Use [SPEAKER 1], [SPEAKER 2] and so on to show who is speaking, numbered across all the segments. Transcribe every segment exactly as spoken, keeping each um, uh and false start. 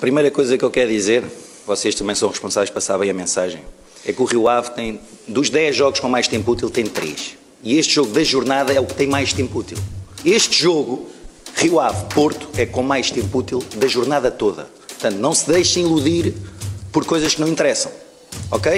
[SPEAKER 1] primeira coisa que eu quero dizer, vocês também são responsáveis para saberem a mensagem, é que o Rio Ave tem, dos dez jogos com mais tempo útil, tem três. E este jogo da jornada é o que tem mais tempo útil. Este jogo, Rio Ave-Porto, é com mais tempo útil da jornada toda. Portanto, não se deixem iludir por coisas que não interessam, ok?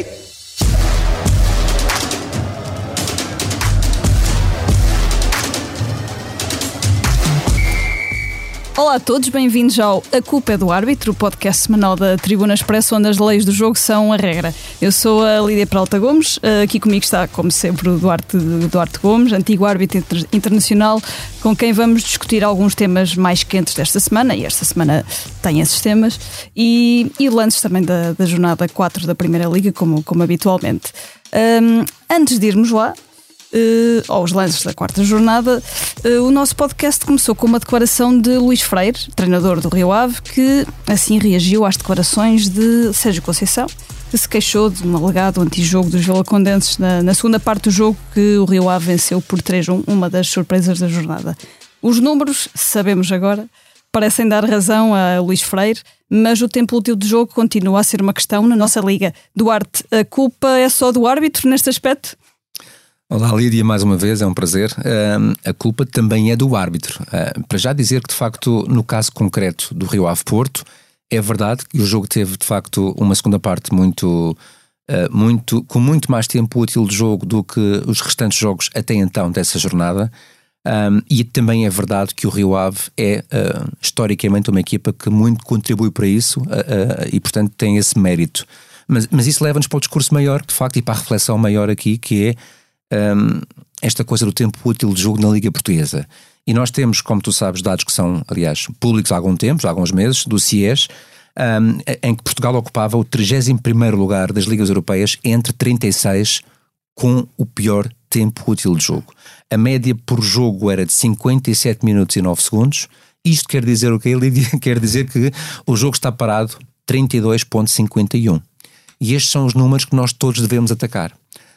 [SPEAKER 2] Olá a todos, bem-vindos ao A Culpa é do Árbitro, o podcast semanal da Tribuna Expresso, onde as leis do jogo são a regra. Eu sou a Lídia Peralta Gomes, aqui comigo está, como sempre, o Duarte, Duarte Gomes, antigo árbitro internacional, com quem vamos discutir alguns temas mais quentes desta semana, e esta semana tem esses temas, e, e lances também da, da jornada quatro da Primeira Liga, como, como habitualmente. Um, antes de irmos lá, Uh, aos lances da quarta jornada, uh, o nosso podcast começou com uma declaração de Luís Freire, treinador do Rio Ave, que assim reagiu às declarações de Sérgio Conceição, que se queixou de um alegado antijogo dos Vilacondenses na, na segunda parte do jogo, que o Rio Ave venceu por três a um, uma das surpresas da jornada. Os números, sabemos agora, parecem dar razão a Luís Freire, mas o tempo útil do jogo continua a ser uma questão na nossa liga. Duarte, a culpa é só do árbitro neste aspecto?
[SPEAKER 3] Olá Lídia, mais uma vez, é um prazer. Uh, a culpa também é do árbitro. Uh, para já dizer que, de facto, no caso concreto do Rio Ave Porto, é verdade que o jogo teve, de facto, uma segunda parte muito, uh, muito, com muito mais tempo útil de jogo do que os restantes jogos até então dessa jornada. Um, e também é verdade que o Rio Ave é, uh, historicamente, uma equipa que muito contribui para isso uh, uh, e, portanto, tem esse mérito. Mas, mas isso leva-nos para o discurso maior, de facto, e para a reflexão maior aqui, que é Um, esta coisa do tempo útil de jogo na Liga Portuguesa. E nós temos, como tu sabes, dados que são, aliás, públicos há algum tempo, há alguns meses, do C I E S, um, em que Portugal ocupava o trigésimo primeiro lugar das Ligas Europeias entre trinta e seis, com o pior tempo útil de jogo. A média por jogo era de cinquenta e sete minutos e nove segundos. Isto quer dizer o quê, Lídia? Quer dizer que o jogo está parado trinta e dois vírgula cinquenta e um. E estes são os números que nós todos devemos atacar.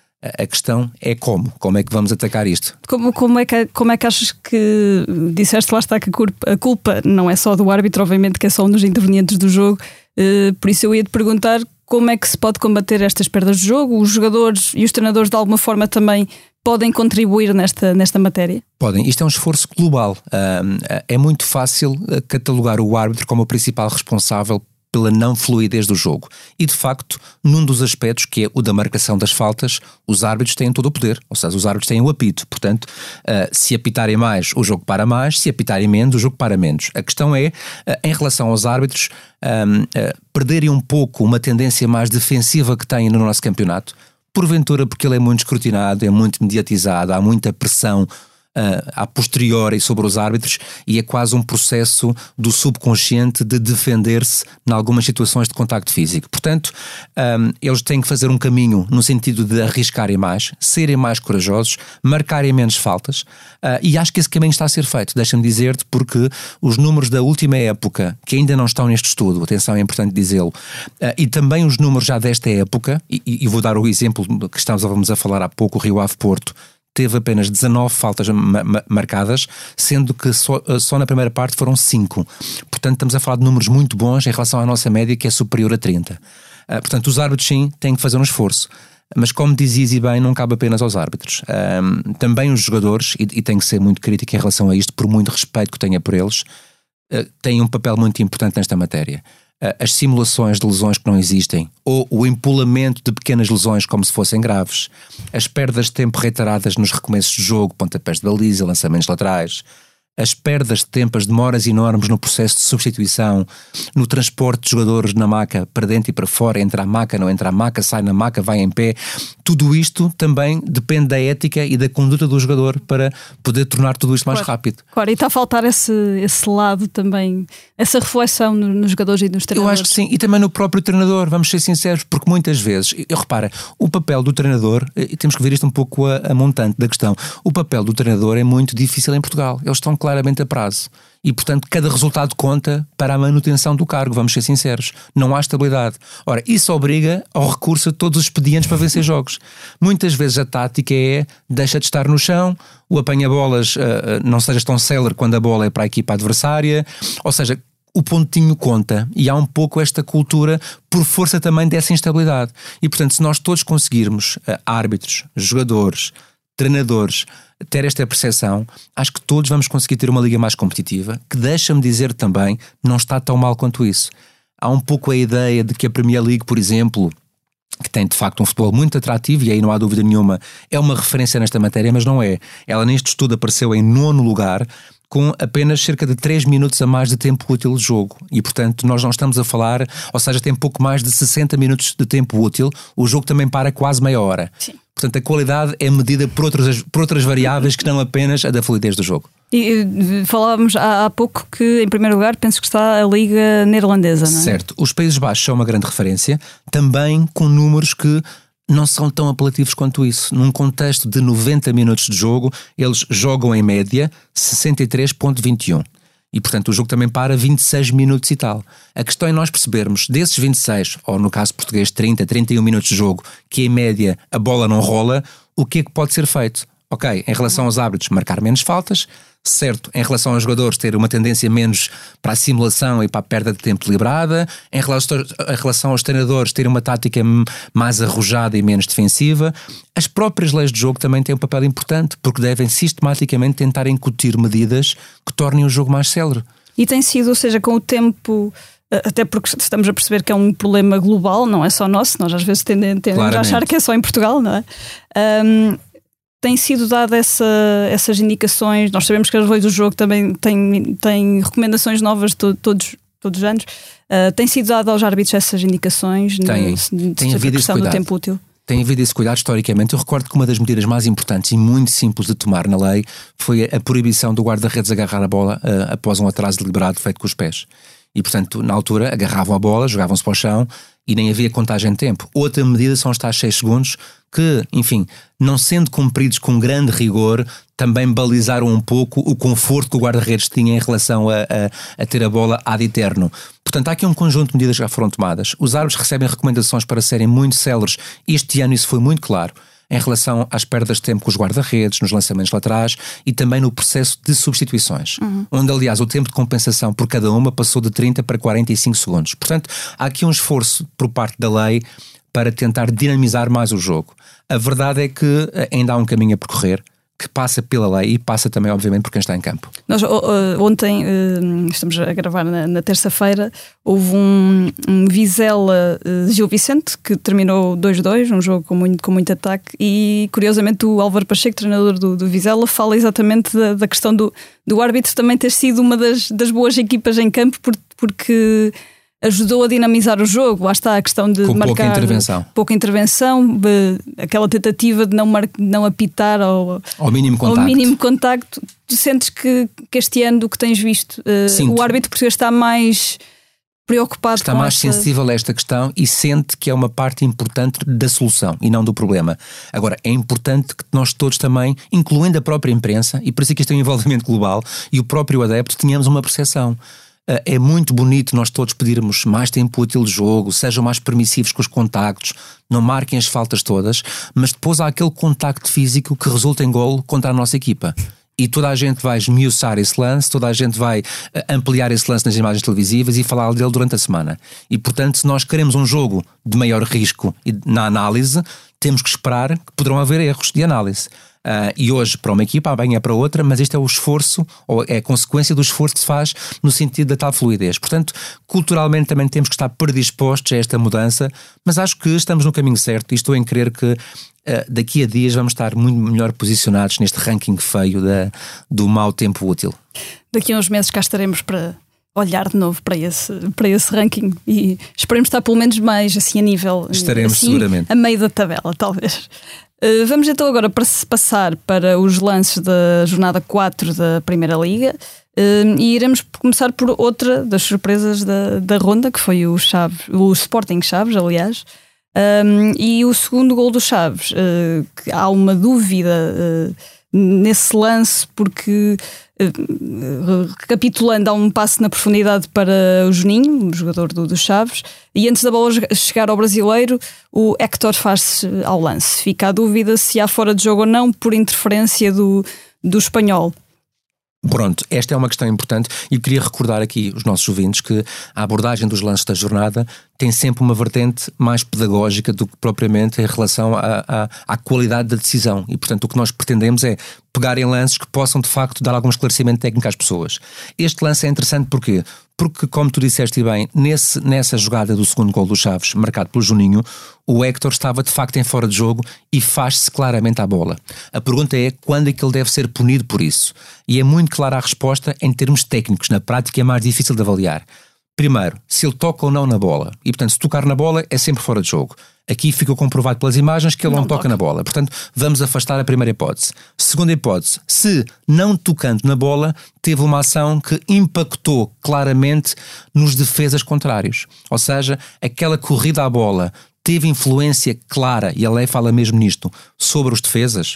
[SPEAKER 3] A questão é como, como é que vamos atacar isto?
[SPEAKER 2] Como, como, é, que, como é que achas que, disseste lá está que a culpa, a culpa não é só do árbitro, obviamente que é só um dos intervenientes do jogo, uh, por isso eu ia te perguntar como é que se pode combater estas perdas de jogo? Os jogadores e os treinadores de alguma forma também podem contribuir nesta, nesta matéria? Podem,
[SPEAKER 3] isto é um esforço global, uh, é muito fácil catalogar o árbitro como o principal responsável pela não fluidez do jogo. E, de facto, num dos aspectos, que é o da marcação das faltas, os árbitros têm todo o poder. Ou seja, os árbitros têm o apito. Portanto, uh, se apitarem mais, o jogo para mais. Se apitarem menos, o jogo para menos. A questão é, uh, em relação aos árbitros, um, uh, perderem um pouco uma tendência mais defensiva que têm no nosso campeonato. Porventura, porque ele é muito escrutinado, é muito mediatizado, há muita pressão Uh, a posteriori sobre os árbitros, e é quase um processo do subconsciente de defender-se em algumas situações de contacto físico. Portanto, um, eles têm que fazer um caminho no sentido de arriscarem mais, serem mais corajosos, marcarem menos faltas, uh, e acho que esse caminho está a ser feito. Deixa-me dizer-te, porque os números da última época, que ainda não estão neste estudo, atenção, é importante dizê-lo, uh, e também os números já desta época, e, e vou dar o exemplo que estávamos a falar há pouco, o Rio Ave Porto teve apenas dezanove faltas ma- ma- marcadas, sendo que só, só na primeira parte foram cinco. Portanto, estamos a falar de números muito bons em relação à nossa média, que é superior a trinta. Uh, portanto, os árbitros sim têm que fazer um esforço. Mas, como dizias e bem, não cabe apenas aos árbitros. Um, também os jogadores, e, e tenho que ser muito crítico em relação a isto, por muito respeito que tenha por eles, uh, têm um papel muito importante nesta matéria. As simulações de lesões que não existem, ou o empolamento de pequenas lesões como se fossem graves, as perdas de tempo reiteradas nos recomeços de jogo, pontapés de baliza, lançamentos laterais, as perdas de tempo, as demoras enormes no processo de substituição, no transporte de jogadores na maca para dentro e para fora, entra a maca, não entra a maca, sai na maca, vai em pé. Tudo isto também depende da ética e da conduta do jogador para poder tornar tudo isto mais
[SPEAKER 2] claro,
[SPEAKER 3] rápido.
[SPEAKER 2] Claro, e está a faltar esse, esse lado também, essa reflexão nos jogadores e nos treinadores.
[SPEAKER 3] Eu acho que sim, e também no próprio treinador, vamos ser sinceros, porque muitas vezes, eu repara, o papel do treinador, e temos que ver isto um pouco a, a montante da questão, o papel do treinador é muito difícil em Portugal, eles estão claramente a prazo. E, portanto, cada resultado conta para a manutenção do cargo, vamos ser sinceros. Não há estabilidade. Ora, isso obriga ao recurso a todos os expedientes para vencer jogos. Muitas vezes a tática é, deixa de estar no chão, o apanha-bolas uh, não sejas tão célere quando a bola é para a equipa adversária, ou seja, o pontinho conta, e há um pouco esta cultura por força também dessa instabilidade. E portanto, se nós todos conseguirmos, uh, árbitros, jogadores, treinadores, ter esta percepção, acho que todos vamos conseguir ter uma liga mais competitiva, que, deixa-me dizer também, não está tão mal quanto isso. Há um pouco a ideia de que a Premier League, por exemplo, que tem de facto um futebol muito atrativo, e aí não há dúvida nenhuma, é uma referência nesta matéria, mas não é. Ela neste estudo apareceu em nono lugar, com apenas cerca de três minutos a mais de tempo útil de jogo. E, portanto, nós não estamos a falar, ou seja, tem pouco mais de sessenta minutos de tempo útil, o jogo também para quase meia hora.
[SPEAKER 2] Sim.
[SPEAKER 3] Portanto, a qualidade é medida por outras, por outras variáveis que não apenas a da fluidez do jogo.
[SPEAKER 2] E falávamos há, há pouco que, em primeiro lugar, penso que está a Liga Neerlandesa, não é?
[SPEAKER 3] Certo. Os Países Baixos são uma grande referência, também com números que não são tão apelativos quanto isso. Num contexto de noventa minutos de jogo, eles jogam em média sessenta e três vírgula vinte e um. E, portanto, o jogo também para vinte e seis minutos e tal. A questão é nós percebermos, desses vinte e seis, ou no caso português, trinta, trinta e um minutos de jogo, que em média a bola não rola, o que é que pode ser feito? Ok, em relação aos árbitros, marcar menos faltas, certo, em relação aos jogadores, ter uma tendência menos para a simulação e para a perda de tempo deliberada, em relação, em relação aos treinadores, ter uma tática mais arrojada e menos defensiva. As próprias leis de jogo também têm um papel importante, porque devem sistematicamente tentar incutir medidas que tornem o jogo mais célere.
[SPEAKER 2] E tem sido, ou seja, com o tempo, até porque estamos a perceber que é um problema global, não é só nosso, nós às vezes tendemos, tendemos a achar que é só em Portugal, não é? Um, Tem sido dada essa, essas indicações. Nós sabemos que as leis do jogo também têm, têm recomendações novas to, todos, todos os anos. Uh, tem sido dado aos árbitros essas indicações?
[SPEAKER 3] Tem,
[SPEAKER 2] no,
[SPEAKER 3] tem havido esse cuidado.
[SPEAKER 2] Do tempo útil?
[SPEAKER 3] Tem havido esse cuidado historicamente. Eu recordo que uma das medidas mais importantes e muito simples de tomar na lei foi a proibição do guarda-redes agarrar a bola uh, após um atraso deliberado feito com os pés. E, portanto, na altura, agarravam a bola, jogavam-se para o chão e nem havia contagem de tempo. Outra medida são os tais seis segundos que, enfim, não sendo cumpridos com grande rigor, também balizaram um pouco o conforto que o guarda-redes tinha em relação a, a, a ter a bola ad eterno. Portanto, há aqui um conjunto de medidas que já foram tomadas. Os árbitros recebem recomendações para serem muito céleres. Este ano isso foi muito claro, em relação às perdas de tempo com os guarda-redes, nos lançamentos laterais e também no processo de substituições, uhum. onde, aliás, o tempo de compensação por cada uma passou de trinta para quarenta e cinco segundos. Portanto, há aqui um esforço por parte da lei para tentar dinamizar mais o jogo. A verdade é que ainda há um caminho a percorrer, que passa pela lei e passa também, obviamente, por quem está em campo.
[SPEAKER 2] Nós ontem, estamos a gravar na, na terça-feira, houve um, um Vizela Gil Vicente que terminou dois a dois, um jogo com muito, com muito ataque, e curiosamente o Álvaro Pacheco, treinador do, do Vizela, fala exatamente da, da questão do, do árbitro também ter sido uma das, das boas equipas em campo, por, porque ajudou a dinamizar o jogo. Lá está a questão de
[SPEAKER 3] com
[SPEAKER 2] marcar
[SPEAKER 3] pouca intervenção,
[SPEAKER 2] pouca intervenção, aquela tentativa de não, mar, não apitar ao,
[SPEAKER 3] ao mínimo contacto.
[SPEAKER 2] Ao mínimo contacto. Tu sentes que, que este ano, do que tens visto, uh, o árbitro português está mais preocupado
[SPEAKER 3] está
[SPEAKER 2] com
[SPEAKER 3] mais
[SPEAKER 2] essa...
[SPEAKER 3] sensível a esta questão e sente que é uma parte importante da solução e não do problema. Agora, é importante que nós todos também, incluindo a própria imprensa, e por isso é que isto é um envolvimento global, e o próprio adepto, tenhamos uma percepção. É muito bonito nós todos pedirmos mais tempo útil de jogo, sejam mais permissivos com os contactos, não marquem as faltas todas, mas depois há aquele contacto físico que resulta em golo contra a nossa equipa. E toda a gente vai esmiuçar esse lance, toda a gente vai ampliar esse lance nas imagens televisivas e falar dele durante a semana. E, portanto, se nós queremos um jogo de maior risco na análise, temos que esperar que poderão haver erros de análise. Uh, e hoje para uma equipa, amanhã é para outra, mas este é o esforço, ou é a consequência do esforço que se faz no sentido da tal fluidez. Portanto, culturalmente também temos que estar predispostos a esta mudança, mas acho que estamos no caminho certo e estou em crer que uh, daqui a dias vamos estar muito melhor posicionados neste ranking feio da, do mau tempo útil.
[SPEAKER 2] Daqui a uns meses cá estaremos para olhar de novo para esse, para esse ranking e esperemos estar pelo menos mais assim a nível,
[SPEAKER 3] estaremos
[SPEAKER 2] assim,
[SPEAKER 3] seguramente
[SPEAKER 2] a meio da tabela, talvez. Uh, vamos então agora para se passar para os lances da jornada quatro da Primeira Liga, uh, e iremos começar por outra das surpresas da, da ronda, que foi o Chaves, o Sporting Chaves, aliás, um, e o segundo gol do Chaves, uh, que há uma dúvida uh, nesse lance, porque recapitulando, há um passe na profundidade para o Juninho, o jogador do, do Chaves, e antes da bola chegar ao brasileiro, o Héctor faz-se ao lance. Fica a dúvida se há fora de jogo ou não por interferência do, do espanhol.
[SPEAKER 3] Pronto, esta é uma questão importante e eu queria recordar aqui os nossos ouvintes que a abordagem dos lances da jornada tem sempre uma vertente mais pedagógica do que propriamente em relação à, à, à qualidade da decisão e, portanto, o que nós pretendemos é pegar em lances que possam, de facto, dar algum esclarecimento técnico às pessoas. Este lance é interessante porquê? Porque, como tu disseste bem, nesse, nessa jogada do segundo gol do Chaves, marcado pelo Juninho, o Héctor estava de facto em fora de jogo e faz-se claramente à bola. A pergunta é quando é que ele deve ser punido por isso? E é muito clara a resposta em termos técnicos, na prática é mais difícil de avaliar. Primeiro, se ele toca ou não na bola. E, portanto, se tocar na bola é sempre fora de jogo. Aqui ficou comprovado pelas imagens que ele não, não toca, toca na bola. Portanto, vamos afastar a primeira hipótese. Segunda hipótese, se não tocando na bola, teve uma ação que impactou claramente nos defesas contrários. Ou seja, aquela corrida à bola teve influência clara, e a lei fala mesmo nisto, sobre os defesas?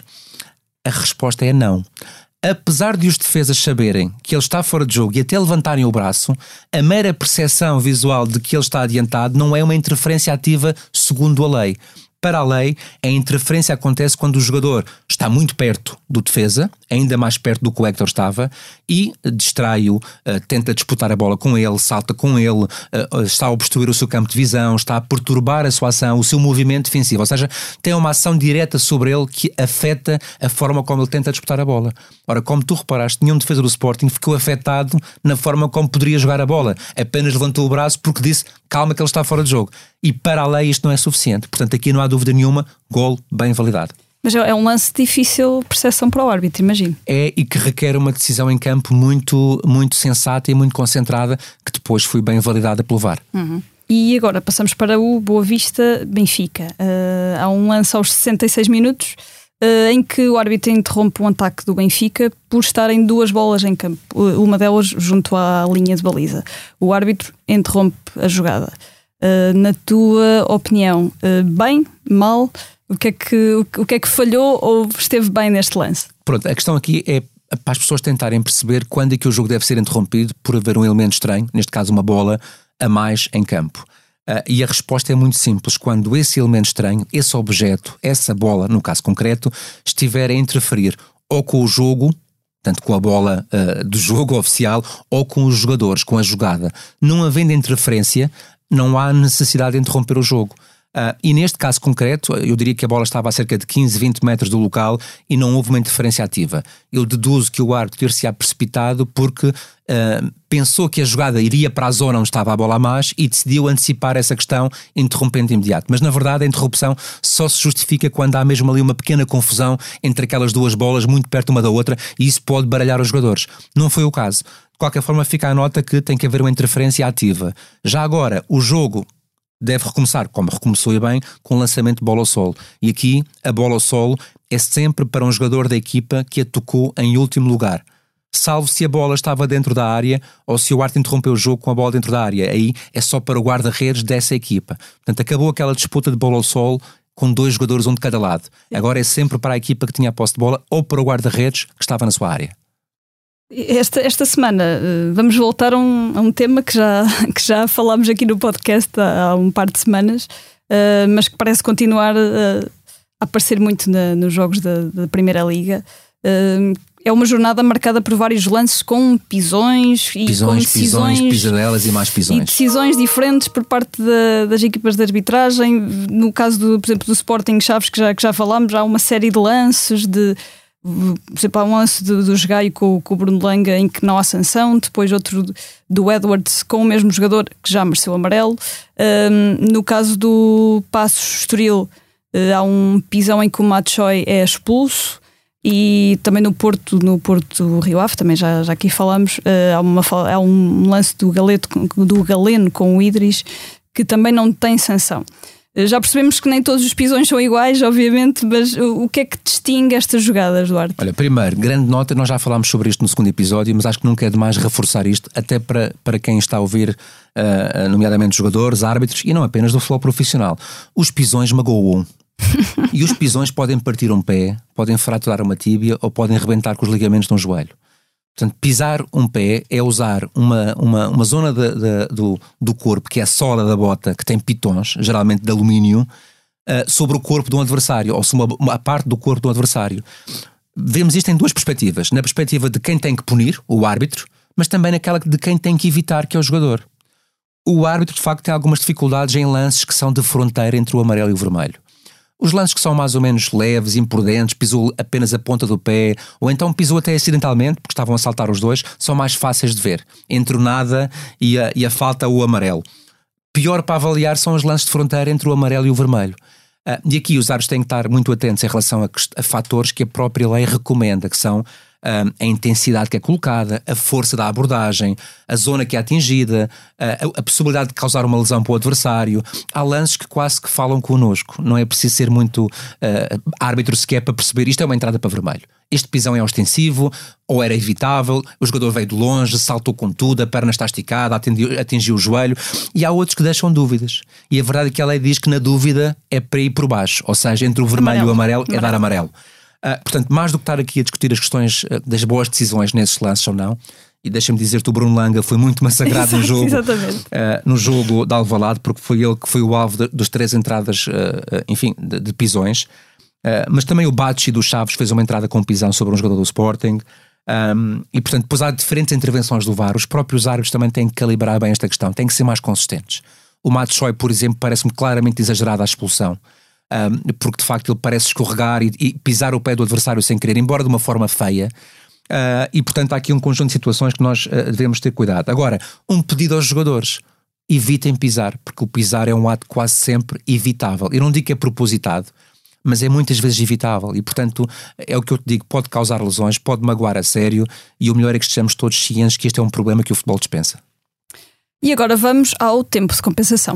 [SPEAKER 3] A resposta é não. Apesar de os defesas saberem que ele está fora de jogo e até levantarem o braço, a mera percepção visual de que ele está adiantado não é uma interferência ativa segundo a lei. Para a lei, a interferência acontece quando o jogador está muito perto do defesa, ainda mais perto do que o Héctor estava, e distrai-o, uh, tenta disputar a bola com ele, salta com ele, uh, está a obstruir o seu campo de visão, está a perturbar a sua ação, o seu movimento defensivo. Ou seja, tem uma ação direta sobre ele que afeta a forma como ele tenta disputar a bola. Ora, como tu reparaste, nenhum defesa do Sporting ficou afetado na forma como poderia jogar a bola. Apenas levantou o braço porque disse, calma que ele está fora de jogo. E para a lei isto não é suficiente. Portanto, aqui não há dúvida nenhuma, golo bem validado.
[SPEAKER 2] Mas é um lance de difícil percepção para o árbitro, imagino.
[SPEAKER 3] É, e que requer uma decisão em campo muito, muito sensata e muito concentrada, que depois foi bem validada pelo V A R.
[SPEAKER 2] Uhum. E agora passamos para o Boa Vista-Benfica. Uh, há um lance aos sessenta e seis minutos uh, em que o árbitro interrompe um ataque do Benfica por estarem duas bolas em campo, uma delas junto à linha de baliza. O árbitro interrompe a jogada. Uh, na tua opinião, uh, bem, mal, o que, é que, o que é que falhou ou esteve bem neste lance?
[SPEAKER 3] Pronto, a questão aqui é para as pessoas tentarem perceber quando é que o jogo deve ser interrompido por haver um elemento estranho, neste caso uma bola a mais em campo. Uh, e a resposta é muito simples, quando esse elemento estranho, esse objeto, essa bola, no caso concreto, estiver a interferir ou com o jogo, tanto com a bola uh, do jogo oficial, ou com os jogadores, com a jogada. Não havendo interferência, não há necessidade de interromper o jogo. Uh, e neste caso concreto, eu diria que a bola estava a cerca de quinze, vinte metros do local e não houve uma interferência ativa. Eu deduzo que o árbitro ter-se-á precipitado porque uh, pensou que a jogada iria para a zona onde estava a bola a mais e decidiu antecipar essa questão, interrompendo de imediato. Mas na verdade a interrupção só se justifica quando há mesmo ali uma pequena confusão entre aquelas duas bolas muito perto uma da outra e isso pode baralhar os jogadores. Não foi o caso. De qualquer forma fica a nota que tem que haver uma interferência ativa. Já agora, o jogo deve recomeçar, como recomeçou e bem, com o lançamento de bola ao solo. E aqui, a bola ao solo é sempre para um jogador da equipa que a tocou em último lugar. Salvo se a bola estava dentro da área ou se o árbitro interrompeu o jogo com a bola dentro da área. Aí é só para o guarda-redes dessa equipa. Portanto, acabou aquela disputa de bola ao solo com dois jogadores, um de cada lado. Agora é sempre para a equipa que tinha a posse de bola ou para o guarda-redes que estava na sua área.
[SPEAKER 2] Esta, esta semana vamos voltar a um, a um tema que já, que já falámos aqui no podcast há, há um par de semanas, uh, mas que parece continuar uh, a aparecer muito na, nos jogos da, da Primeira Liga. Uh, é uma jornada marcada por vários lances com pisões e
[SPEAKER 3] pisões,
[SPEAKER 2] com decisões,
[SPEAKER 3] pisões, pisadelas e mais pisões.
[SPEAKER 2] E decisões diferentes por parte da, das equipas de arbitragem. No caso, do, por exemplo, do Sporting Chaves, que já, que já falámos, há uma série de lances de... Por exemplo, há um lance do, do Jogai com, com o Bruno Langa em que não há sanção, depois outro do Edwards com o mesmo jogador que já mereceu amarelo. Um, no caso do Passos Estoril, uh, há um pisão em que o Matsoi é expulso, e também no Porto, no Porto Rio Ave, também já, já aqui falamos, uh, há, uma, há um lance do, Galeto, do Galeno com o Idris que também não tem sanção. Já percebemos que nem todos os pisões são iguais, obviamente, mas o que é que distingue estas jogadas, Duarte?
[SPEAKER 3] Olha, primeiro, grande nota, nós já falámos sobre isto no segundo episódio, mas acho que nunca é demais reforçar isto, até para, para quem está a ouvir, uh, nomeadamente jogadores, árbitros, e não apenas do futebol profissional. Os pisões magoam. E os pisões podem partir um pé, podem fraturar uma tíbia ou podem rebentar com os ligamentos de um joelho. Portanto, pisar um pé é usar uma, uma, uma zona de, de, do, do corpo, que é a sola da bota, que tem pitons, geralmente de alumínio, uh, sobre o corpo de um adversário, ou sobre uma, uma parte do corpo do adversário. vemos isto em duas perspectivas. Na perspectiva de quem tem que punir, o árbitro, mas também naquela de quem tem que evitar, que é o jogador. O árbitro, de facto, tem algumas dificuldades em lances que são de fronteira entre o amarelo e o vermelho. Os lances que são mais ou menos leves, imprudentes, pisou apenas a ponta do pé, ou então pisou até acidentalmente, porque estavam a saltar os dois, são mais fáceis de ver. Entre o nada e a, e a falta ou o amarelo. Pior para avaliar são os lances de fronteira entre o amarelo e o vermelho. Uh, e aqui os árbitros têm que estar muito atentos em relação a, a fatores que a própria lei recomenda, que são uh, a intensidade que é colocada, a força da abordagem, a zona que é atingida, uh, a, a possibilidade de causar uma lesão para o adversário. Há lances que quase que falam connosco. Não é preciso ser muito uh, árbitro sequer para perceber isto é uma entrada para vermelho. Este pisão é ostensivo, ou era evitável, o jogador veio de longe, saltou com tudo, a perna está esticada, atingiu, atingiu o joelho, e há outros que deixam dúvidas. E a verdade é que a lei diz que na dúvida é para ir por baixo, ou seja, entre o vermelho amarelo. e o amarelo, amarelo é dar amarelo. Uh, portanto, mais do que estar aqui a discutir as questões uh, das boas decisões nesses lances ou não, e deixa-me dizer-te, o Bruno Langa foi muito massacrado no jogo, uh, no jogo de Alvalade, porque foi ele que foi o alvo de, das três entradas, uh, uh, enfim, de, de pisões. Uh, mas também o Bachi do Chaves fez uma entrada com pisão sobre um jogador do Sporting, um, e portanto depois há diferentes intervenções do V A R. Os próprios árbitros também têm que calibrar bem esta questão, têm que ser mais consistentes. O Matsoi, por exemplo, parece-me claramente exagerada a expulsão, um, porque de facto ele parece escorregar e, e pisar o pé do adversário sem querer, embora de uma forma feia, uh, e portanto há aqui um conjunto de situações que nós uh, devemos ter cuidado. Agora, um pedido aos jogadores: evitem pisar, porque o pisar é um ato quase sempre evitável. Eu não digo que é propositado, mas é muitas vezes evitável e, portanto, é o que eu te digo, pode causar lesões, pode magoar a sério, e o melhor é que estejamos todos cientes que este é um problema que o futebol dispensa.
[SPEAKER 2] E agora vamos ao tempo de compensação.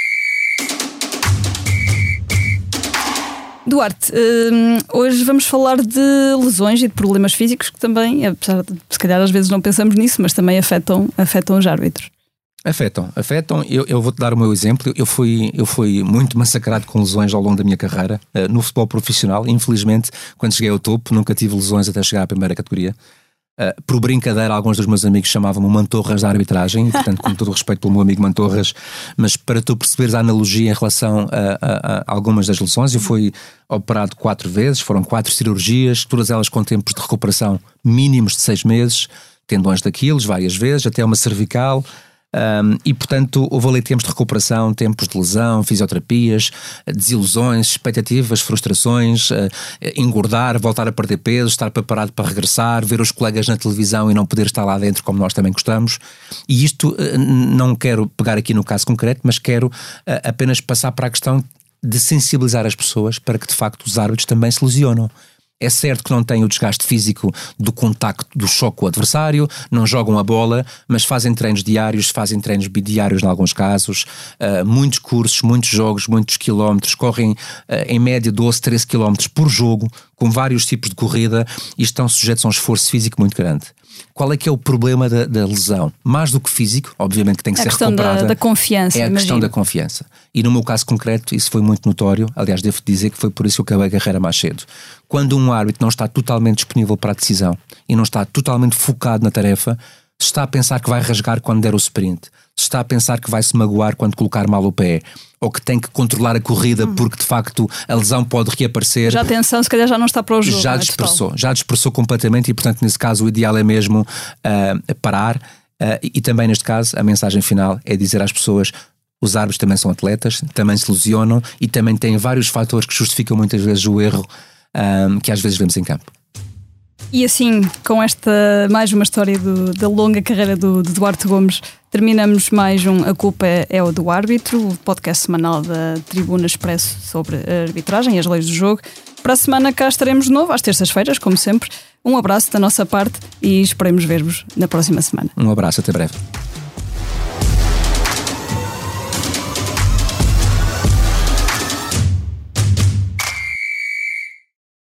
[SPEAKER 2] Duarte, hoje vamos falar de lesões e de problemas físicos que também, apesar de se calhar às vezes não pensamos nisso, mas também afetam, afetam os árbitros.
[SPEAKER 3] Afetam, afetam. Eu, eu vou-te dar o meu exemplo. Eu fui, eu fui muito massacrado com lesões ao longo da minha carreira, uh, no futebol profissional. Infelizmente, quando cheguei ao topo, nunca tive lesões até chegar à primeira categoria. Uh, por brincadeira, alguns dos meus amigos chamavam-me Mantorras da arbitragem, e, portanto, com todo o respeito pelo meu amigo Mantorras, mas para tu perceberes a analogia em relação a, a, a algumas das lesões, eu fui operado quatro vezes, foram quatro cirurgias, todas elas com tempos de recuperação mínimos de seis meses, tendões de Aquiles várias vezes, até uma cervical. Um, e portanto houve ali tempos de recuperação, tempos de lesão, fisioterapias, desilusões, expectativas, frustrações, uh, engordar, voltar a perder peso, estar preparado para regressar, ver os colegas na televisão e não poder estar lá dentro como nós também gostamos. E isto uh, não quero pegar aqui no caso concreto, mas quero uh, apenas passar para a questão de sensibilizar as pessoas para que de facto os árbitros também se lesionam. É certo que não têm o desgaste físico do contacto, do choque com o adversário, não jogam a bola, mas fazem treinos diários, fazem treinos bidiários em alguns casos, uh, muitos cursos, muitos jogos, muitos quilómetros, correm uh, em média doze, treze quilómetros por jogo, com vários tipos de corrida, e estão sujeitos a um esforço físico muito grande. Qual é que é o problema da, da lesão? Mais do que físico, obviamente que tem que
[SPEAKER 2] a
[SPEAKER 3] ser
[SPEAKER 2] questão
[SPEAKER 3] recuperada.
[SPEAKER 2] Da, da confiança,
[SPEAKER 3] é a
[SPEAKER 2] imagino.
[SPEAKER 3] questão da confiança. E no meu caso concreto isso foi muito notório. Aliás, devo dizer que foi por isso que eu acabei a carreira mais cedo. Quando um árbitro não está totalmente disponível para a decisão e não está totalmente focado na tarefa, se está a pensar que vai rasgar quando der o sprint, se está a pensar que vai se magoar quando colocar mal o pé, ou que tem que controlar a corrida hum. porque de facto a lesão pode reaparecer.
[SPEAKER 2] Já a atenção se calhar já não está para o jogo.
[SPEAKER 3] Já dispersou, já dispersou completamente, e portanto nesse caso o ideal é mesmo uh, parar, uh, e, e também neste caso a mensagem final é dizer às pessoas: os árbitros também são atletas, também se lesionam e também têm vários fatores que justificam muitas vezes o erro um, que às vezes vemos em campo.
[SPEAKER 2] E assim, com esta mais uma história do, da longa carreira do, do Duarte Gomes, terminamos mais um A Culpa é o do Árbitro, o podcast semanal da Tribuna Expresso sobre a arbitragem e as leis do jogo. Para a semana cá estaremos de novo, às terças-feiras, como sempre. Um abraço da nossa parte e esperemos ver-vos na próxima semana.
[SPEAKER 3] Um abraço, até breve.